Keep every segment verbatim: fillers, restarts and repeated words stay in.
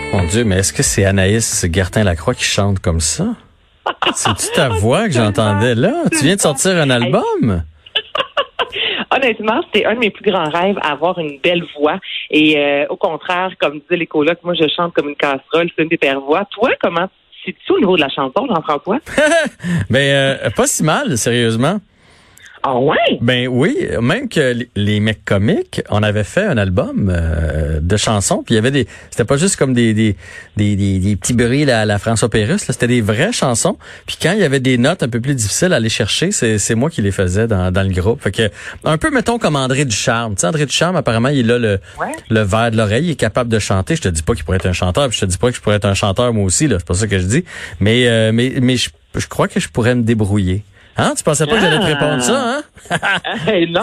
Mon Dieu, mais est-ce que c'est Anaïs Gertin-Lacroix qui chante comme ça? C'est-tu ta voix que j'entendais là? Tu viens de sortir un album? Honnêtement, c'était un de mes plus grands rêves, avoir une belle voix. Et euh, au contraire, comme disaient les colocs, moi, je chante comme une casserole, c'est une des pires voix. Toi, comment c'est-tu au niveau de la chanson, Jean-François? ben, euh, pas si mal, sérieusement. Ah ouais? Ben oui, même que les mecs comiques, on avait fait un album euh, de chansons, puis il y avait des, c'était pas juste comme des des des des, des petits bruits à la François Pérusse, là, c'était des vraies chansons. Puis quand il y avait des notes un peu plus difficiles à aller chercher, c'est c'est moi qui les faisais dans dans le groupe. Fait que un peu mettons comme André Ducharme. Tu sais, André Ducharme apparemment il a le ouais. le verre de l'oreille, il est capable de chanter. Je te dis pas qu'il pourrait être un chanteur, puis je te dis pas que je pourrais être un chanteur moi aussi là, c'est pas ça que je dis. Mais euh, mais mais je je crois que je pourrais me débrouiller. Hein? Tu pensais pas ah. que j'allais te répondre ça, hein? euh, non!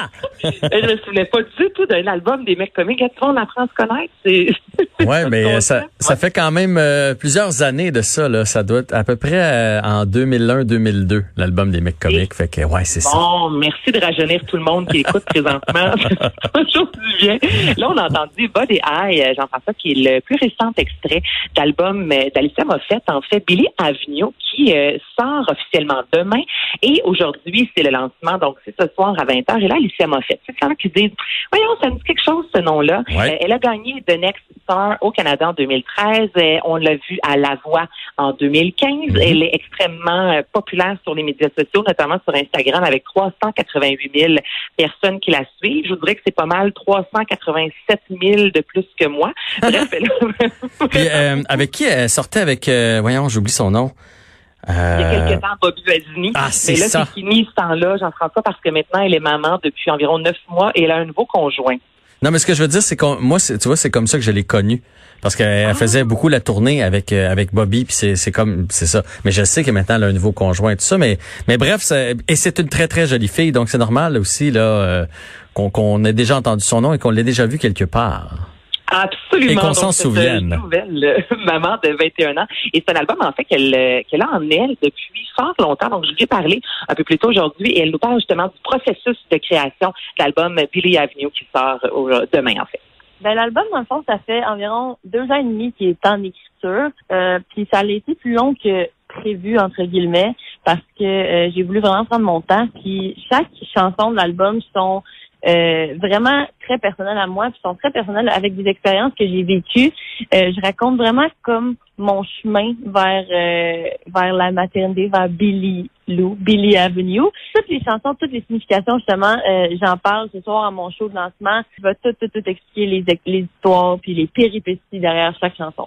Je me souvenais pas du tout d'un album des mecs comiques. Est-ce qu'on apprend à se connaître? C'est... ouais, mais ça, ça fait quand même euh, plusieurs années de ça, là. Ça doit être à peu près euh, en deux mille un deux mille deux, l'album des mecs comiques. Et fait que, ouais, c'est bon, ça. Bon, merci de rajeunir tout le monde qui écoute présentement. Toujours du bien. Là, on a entendu Body Eye, Jean-François, qui est le plus récent extrait d'album d'Alicia Moffett, en fait, Billy Avignon, qui euh, sort officiellement demain. Et aujourd'hui, c'est le lancement, donc c'est ce soir à vingt heures. Et là, Alicia Moffett, c'est quelqu'un qui disent, voyons, ça me dit quelque chose, ce nom-là. Ouais. Euh, elle a gagné The Next Star au Canada en deux mille treize. Euh, on l'a vu à La Voix en deux mille quinze. Mm-hmm. Elle est extrêmement euh, populaire sur les médias sociaux, notamment sur Instagram, avec trois cent quatre-vingt-huit mille personnes qui la suivent. Je vous dirais que c'est pas mal trois cent quatre-vingt-sept mille de plus que moi. Bref, elle... Puis, euh, avec qui elle sortait avec, euh, voyons, j'oublie son nom. Euh... Il y a quelques temps, Bobby Vasini. Ah, c'est mais là, ça. c'est fini ce temps-là, Jean-François, parce que maintenant, elle est maman depuis environ neuf mois et elle a un nouveau conjoint. Non, mais ce que je veux dire, c'est que moi, c'est, tu vois, c'est comme ça que je l'ai connue. Parce qu'elle ah. faisait beaucoup la tournée avec euh, avec Bobby, puis c'est c'est comme c'est ça. Mais je sais que maintenant elle a un nouveau conjoint et tout ça, mais mais bref, c'est, et c'est une très très jolie fille, donc c'est normal aussi là euh, qu'on qu'on ait déjà entendu son nom et qu'on l'ait déjà vu quelque part. Absolument. Et qu'on s'en souvienne. C'est une nouvelle euh, maman de vingt et un ans. Et c'est un album, en fait, qu'elle, euh, qu'elle a en elle depuis fort longtemps. Donc, je lui ai parlé un peu plus tôt aujourd'hui et elle nous parle justement du processus de création de l'album Billy Avenue qui sort euh, demain, en fait. Ben, l'album, dans le fond, ça fait environ deux ans et demi qu'il est en écriture. Euh, puis ça a été plus long que prévu, entre guillemets, parce que euh, j'ai voulu vraiment prendre mon temps. Puis chaque chanson de l'album sont Euh, vraiment très personnel à moi, puis sont très personnels avec des expériences que j'ai vécues. Euh, je raconte vraiment comme mon chemin vers euh, vers la maternité, vers Billy Lou, Billy Avenue. Toutes les chansons, toutes les significations, justement, euh, j'en parle ce soir à mon show de lancement. Je vais tout, tout, tout expliquer les, les histoires puis les péripéties derrière chaque chanson.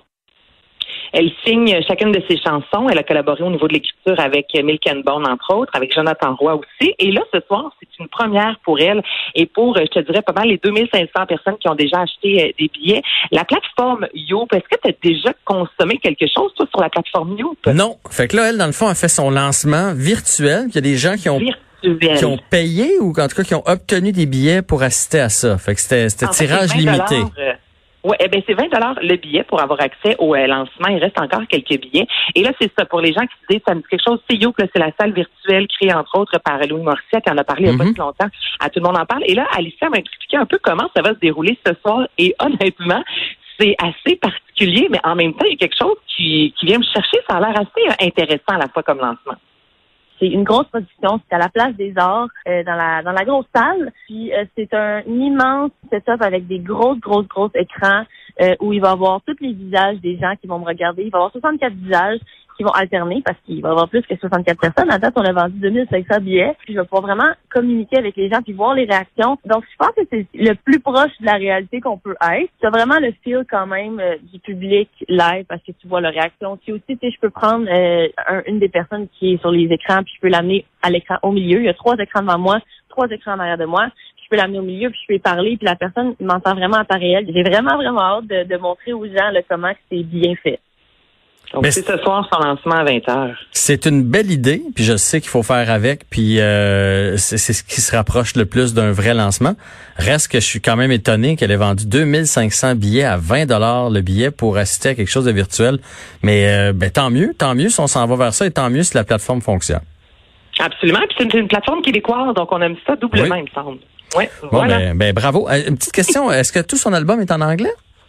Elle signe chacune de ses chansons. Elle a collaboré au niveau de l'écriture avec Milk and Bone, entre autres, avec Jonathan Roy aussi. Et là, ce soir, c'est une première pour elle et pour, je te dirais, pas mal les deux mille cinq cents personnes qui ont déjà acheté des billets. La plateforme Youp, est-ce que tu as déjà consommé quelque chose, toi, sur la plateforme Youp? Non. Fait que là, elle, dans le fond, a fait son lancement virtuel. Il y a des gens qui ont... Virtuel. Qui ont payé ou en tout cas qui ont obtenu des billets pour assister à ça. Fait que c'était, c'était tirage fait, limité. Euh, oui, eh bien, c'est vingt dollars le billet pour avoir accès au euh, lancement. Il reste encore quelques billets. Et là, c'est ça. Pour les gens qui se disent, ça me dit quelque chose, c'est Youp, c'est la salle virtuelle créée, entre autres, par Louis Morissette, qui en a parlé il n'y a mm-hmm. pas si longtemps. À tout le monde en parle. Et là, Alicia m'a expliqué un peu comment ça va se dérouler ce soir. Et honnêtement, c'est assez particulier, mais en même temps, il y a quelque chose qui, qui vient me chercher. Ça a l'air assez euh, intéressant à la fois comme lancement. C'est une grosse production, c'est à la Place des Arts, euh, dans la dans la grosse salle. Puis euh, c'est un immense setup avec des grosses, grosses, grosses écrans euh, où il va y avoir tous les visages des gens qui vont me regarder. Il va y avoir soixante-quatre visages qui vont alterner parce qu'il va y avoir plus que soixante-quatre personnes. À date, on a vendu deux mille cinq cents billets. Puis je vais pouvoir vraiment communiquer avec les gens puis voir les réactions. Donc, je pense que c'est le plus proche de la réalité qu'on peut être. Tu as vraiment le feel quand même euh, du public live parce que tu vois leur réaction. Puis aussi, tu sais, je peux prendre euh, un, une des personnes qui est sur les écrans puis je peux l'amener à l'écran au milieu. Il y a trois écrans devant moi, trois écrans en arrière de moi. Je peux l'amener au milieu puis je peux y parler puis la personne m'entend vraiment en temps réel. J'ai vraiment, vraiment hâte de, de montrer aux gens là, comment que c'est bien fait. Donc, mais c'est ce soir son lancement à vingt heures. C'est une belle idée, puis je sais qu'il faut faire avec, puis euh, c'est, c'est ce qui se rapproche le plus d'un vrai lancement. Reste que je suis quand même étonné qu'elle ait vendu deux mille cinq cents billets à vingt dollars le billet pour assister à quelque chose de virtuel. Mais euh, ben tant mieux, tant mieux si on s'en va vers ça, et tant mieux si la plateforme fonctionne. Absolument, puis c'est une, une plateforme québécoise, donc on aime ça doublement, oui. il me semble. Oui, bon, voilà. ben, ben bravo. Une petite question, est-ce que tout son album est en anglais?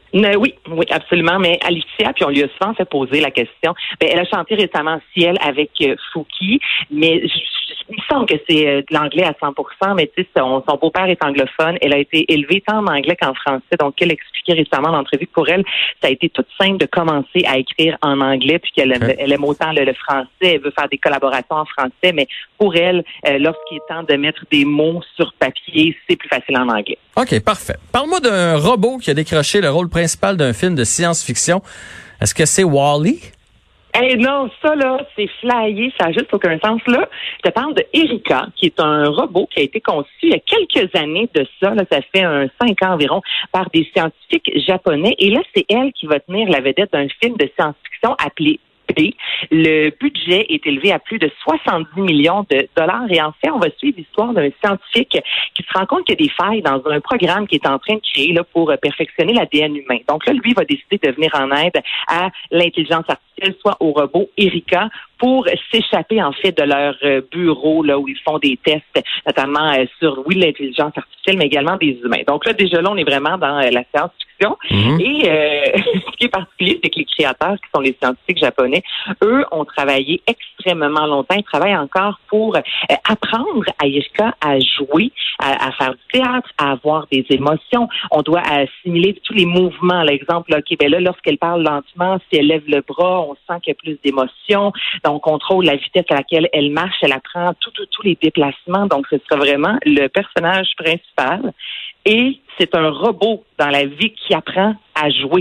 Ne, oui, oui, absolument. Mais Alicia, puis on lui a souvent fait poser la question. Ben, elle a chanté récemment Ciel avec euh, Fouki, mais je, je, il me semble que c'est euh, de l'anglais à cent pour cent, mais tu sais, son, son beau-père est anglophone. Elle a été élevée tant en anglais qu'en français. Donc, elle expliquait récemment dans l'entrevue que pour elle, ça a été toute simple de commencer à écrire en anglais, puis qu'elle aime, elle aime autant le, le français. Elle veut faire des collaborations en français, mais pour elle, euh, lorsqu'il est temps de mettre des mots sur papier, c'est plus facile en anglais. OK, parfait. Parle-moi d'un robot qui a décroché le rôle principal d'un film de science-fiction. Est-ce que c'est Wall-E? Eh hey, non, ça là, c'est flyé, ça n'a juste aucun sens. Là, je te parle de Erika, qui est un robot qui a été conçu il y a quelques années de ça, là, ça fait un cinq ans environ, par des scientifiques japonais. Et là, c'est elle qui va tenir la vedette d'un film de science-fiction appelé P. Le budget est élevé à plus de soixante-dix millions de dollars. Et en fait, on va suivre l'histoire d'un scientifique qui se rend compte qu'il y a des failles dans un programme qu'il est en train de créer là, pour perfectionner l'A D N humain. Donc là, lui va décider de venir en aide à l'intelligence artificielle, soit au robot Erika, pour s'échapper en fait de leur bureau là où ils font des tests, notamment euh, sur, oui, l'intelligence artificielle, mais également des humains. Donc là, déjà là, on est vraiment dans euh, la science-fiction. Mm-hmm. Et euh, ce qui est particulier, c'est que les créateurs, qui sont les scientifiques japonais, eux, ont travaillé extrêmement longtemps. Ils travaillent encore pour euh, apprendre à Erika à jouer, à, à faire du théâtre, à avoir des émotions. On doit assimiler tous les mouvements. L'exemple, là, OK, ben là, lorsqu'elle parle lentement, si elle lève le bras, on sent qu'il y a plus d'émotions. On contrôle la vitesse à laquelle elle marche, elle apprend tous tout, tout les déplacements. Donc, ce sera vraiment le personnage principal. Et c'est un robot dans la vie qui apprend à jouer.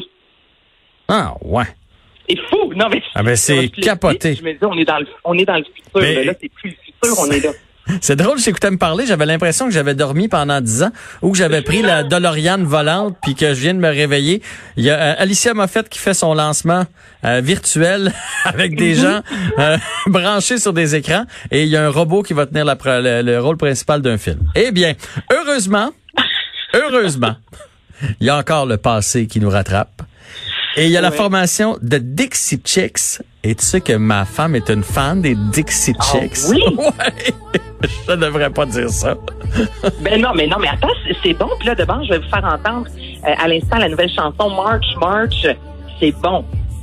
Ah, ouais. C'est fou. Non, mais ah ben c'est capoté. Je me dis, on est dans le, on est dans le futur. Mais... Là, c'est plus le futur, on est là. C'est drôle, j'écoutais me parler, j'avais l'impression que j'avais dormi pendant dix ans ou que j'avais pris la DeLorean volante puis que je viens de me réveiller. Il y a euh, Alicia Moffett qui fait son lancement euh, virtuel avec des gens euh, branchés sur des écrans et il y a un robot qui va tenir la, le, le rôle principal d'un film. Eh bien, heureusement, heureusement, il y a encore le passé qui nous rattrape. Et il y a la ouais. formation de Dixie Chicks. Et tu sais que ma femme est une fan des Dixie Chicks. Oh, oui? Ouais. Je ne devrais pas dire ça. Ben non, mais non, mais attends, c'est bon. Puis là, devant, je vais vous faire entendre euh, à l'instant la nouvelle chanson March, March. C'est bon.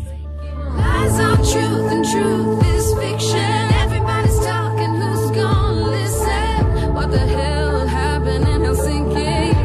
Lies are truth and truth is fiction. Everybody's talking, who's gonna listen? What the hell happened in Helsinki?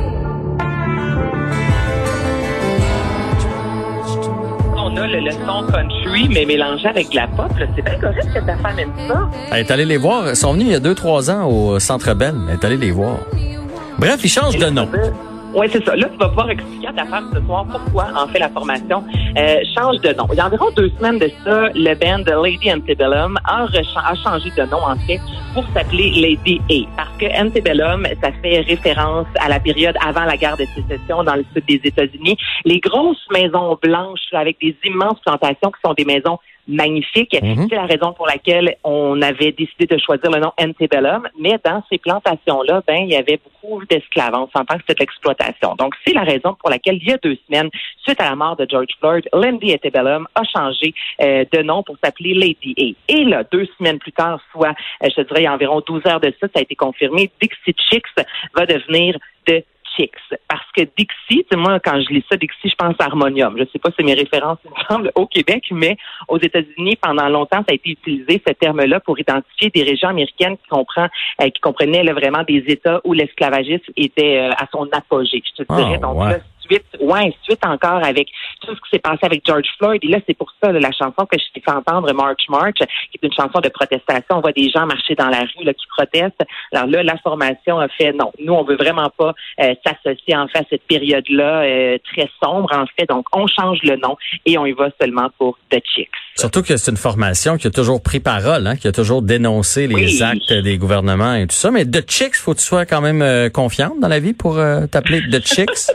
On a le, le son country, mais mélangé avec de la pop. Là. C'est bien correct que ta femme aime ça. Elle est allée les voir. Ils sont venus il y a deux, trois ans au Centre Bell. Elle est allée les voir. Bref, ils changent de nom. Oui, c'est ça. Là, tu vas pouvoir expliquer à ta femme ce soir pourquoi, en fait, la formation euh, change de nom. Il y a environ deux semaines de ça, le band Lady Antebellum a, a changé de nom, en fait, pour s'appeler Lady A. Parce que Antebellum, ça fait référence à la période avant la guerre de sécession dans le sud des États-Unis. Les grosses maisons blanches avec des immenses plantations qui sont des maisons magnifique. Mm-hmm. C'est la raison pour laquelle on avait décidé de choisir le nom Antebellum. Mais dans ces plantations-là, ben, il y avait beaucoup d'esclaves. On s'entend que c'était de l'exploitation. Donc, c'est la raison pour laquelle, il y a deux semaines, suite à la mort de George Floyd, Lady Antebellum a changé euh, de nom pour s'appeler Lady A. Et là, deux semaines plus tard, soit, euh, je te dirais, il y a environ douze heures de ça, ça a été confirmé, Dixie Chicks va devenir de Chicks. Parce que Dixie, moi, quand je lis ça, Dixie, je pense à harmonium. Je sais pas si c'est mes références, il me semble, au Québec, mais aux États-Unis, pendant longtemps, ça a été utilisé, ce terme-là, pour identifier des régions américaines qui comprend, euh, qui comprenaient là, vraiment des États où l'esclavagisme était euh, à son apogée, je te dirais. Oh, Donc ouais. là, suite, ouais, suite encore avec tout ce qui s'est passé avec George Floyd. Et là, c'est pour ça, là, la chanson que je t'ai fait entendre, March, March, qui est une chanson de protestation. On voit des gens marcher dans la rue, là, qui protestent. Alors là, la formation a fait, non, nous, on veut vraiment pas euh, s'associer, en fait, à cette période-là euh, très sombre, en fait. Donc, on change le nom et on y va seulement pour The Chicks. Surtout que c'est une formation qui a toujours pris parole, hein, qui a toujours dénoncé les oui. actes des gouvernements et tout ça. Mais The Chicks, faut que tu sois quand même euh, confiante dans la vie pour euh, t'appeler The Chicks.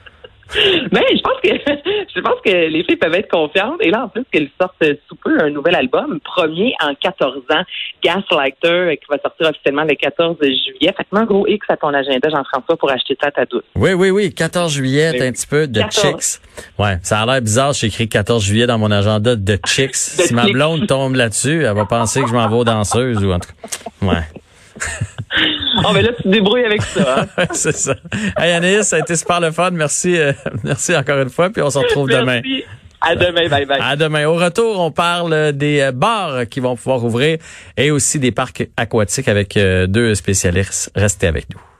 Ben, je pense que je pense que les filles peuvent être confiantes. Et là, en plus, qu'elles sortent sous peu un nouvel album, premier en quatorze ans, Gaslighter, qui va sortir officiellement le quatorze juillet. Fait que mets un gros X à ton agenda, Jean-François, pour acheter ça à ta douce. Oui, oui, oui. quatorze juillet, t'as un petit peu de quatorze Chicks. Ouais, ça a l'air bizarre, j'ai écrit quatorze juillet dans mon agenda de Chicks. Si ma blonde tombe là-dessus, elle va penser que je m'en vais aux danseuses ou en tout cas. Ouais. Oh, mais là, tu te débrouilles avec ça. Hein? C'est ça. Hey, Anaïs, ça a été super le fun. Merci, euh, merci encore une fois, puis on se retrouve Merci. demain. À demain, bye bye. À demain. Au retour, on parle des bars qui vont pouvoir ouvrir et aussi des parcs aquatiques avec deux spécialistes. Restez avec nous.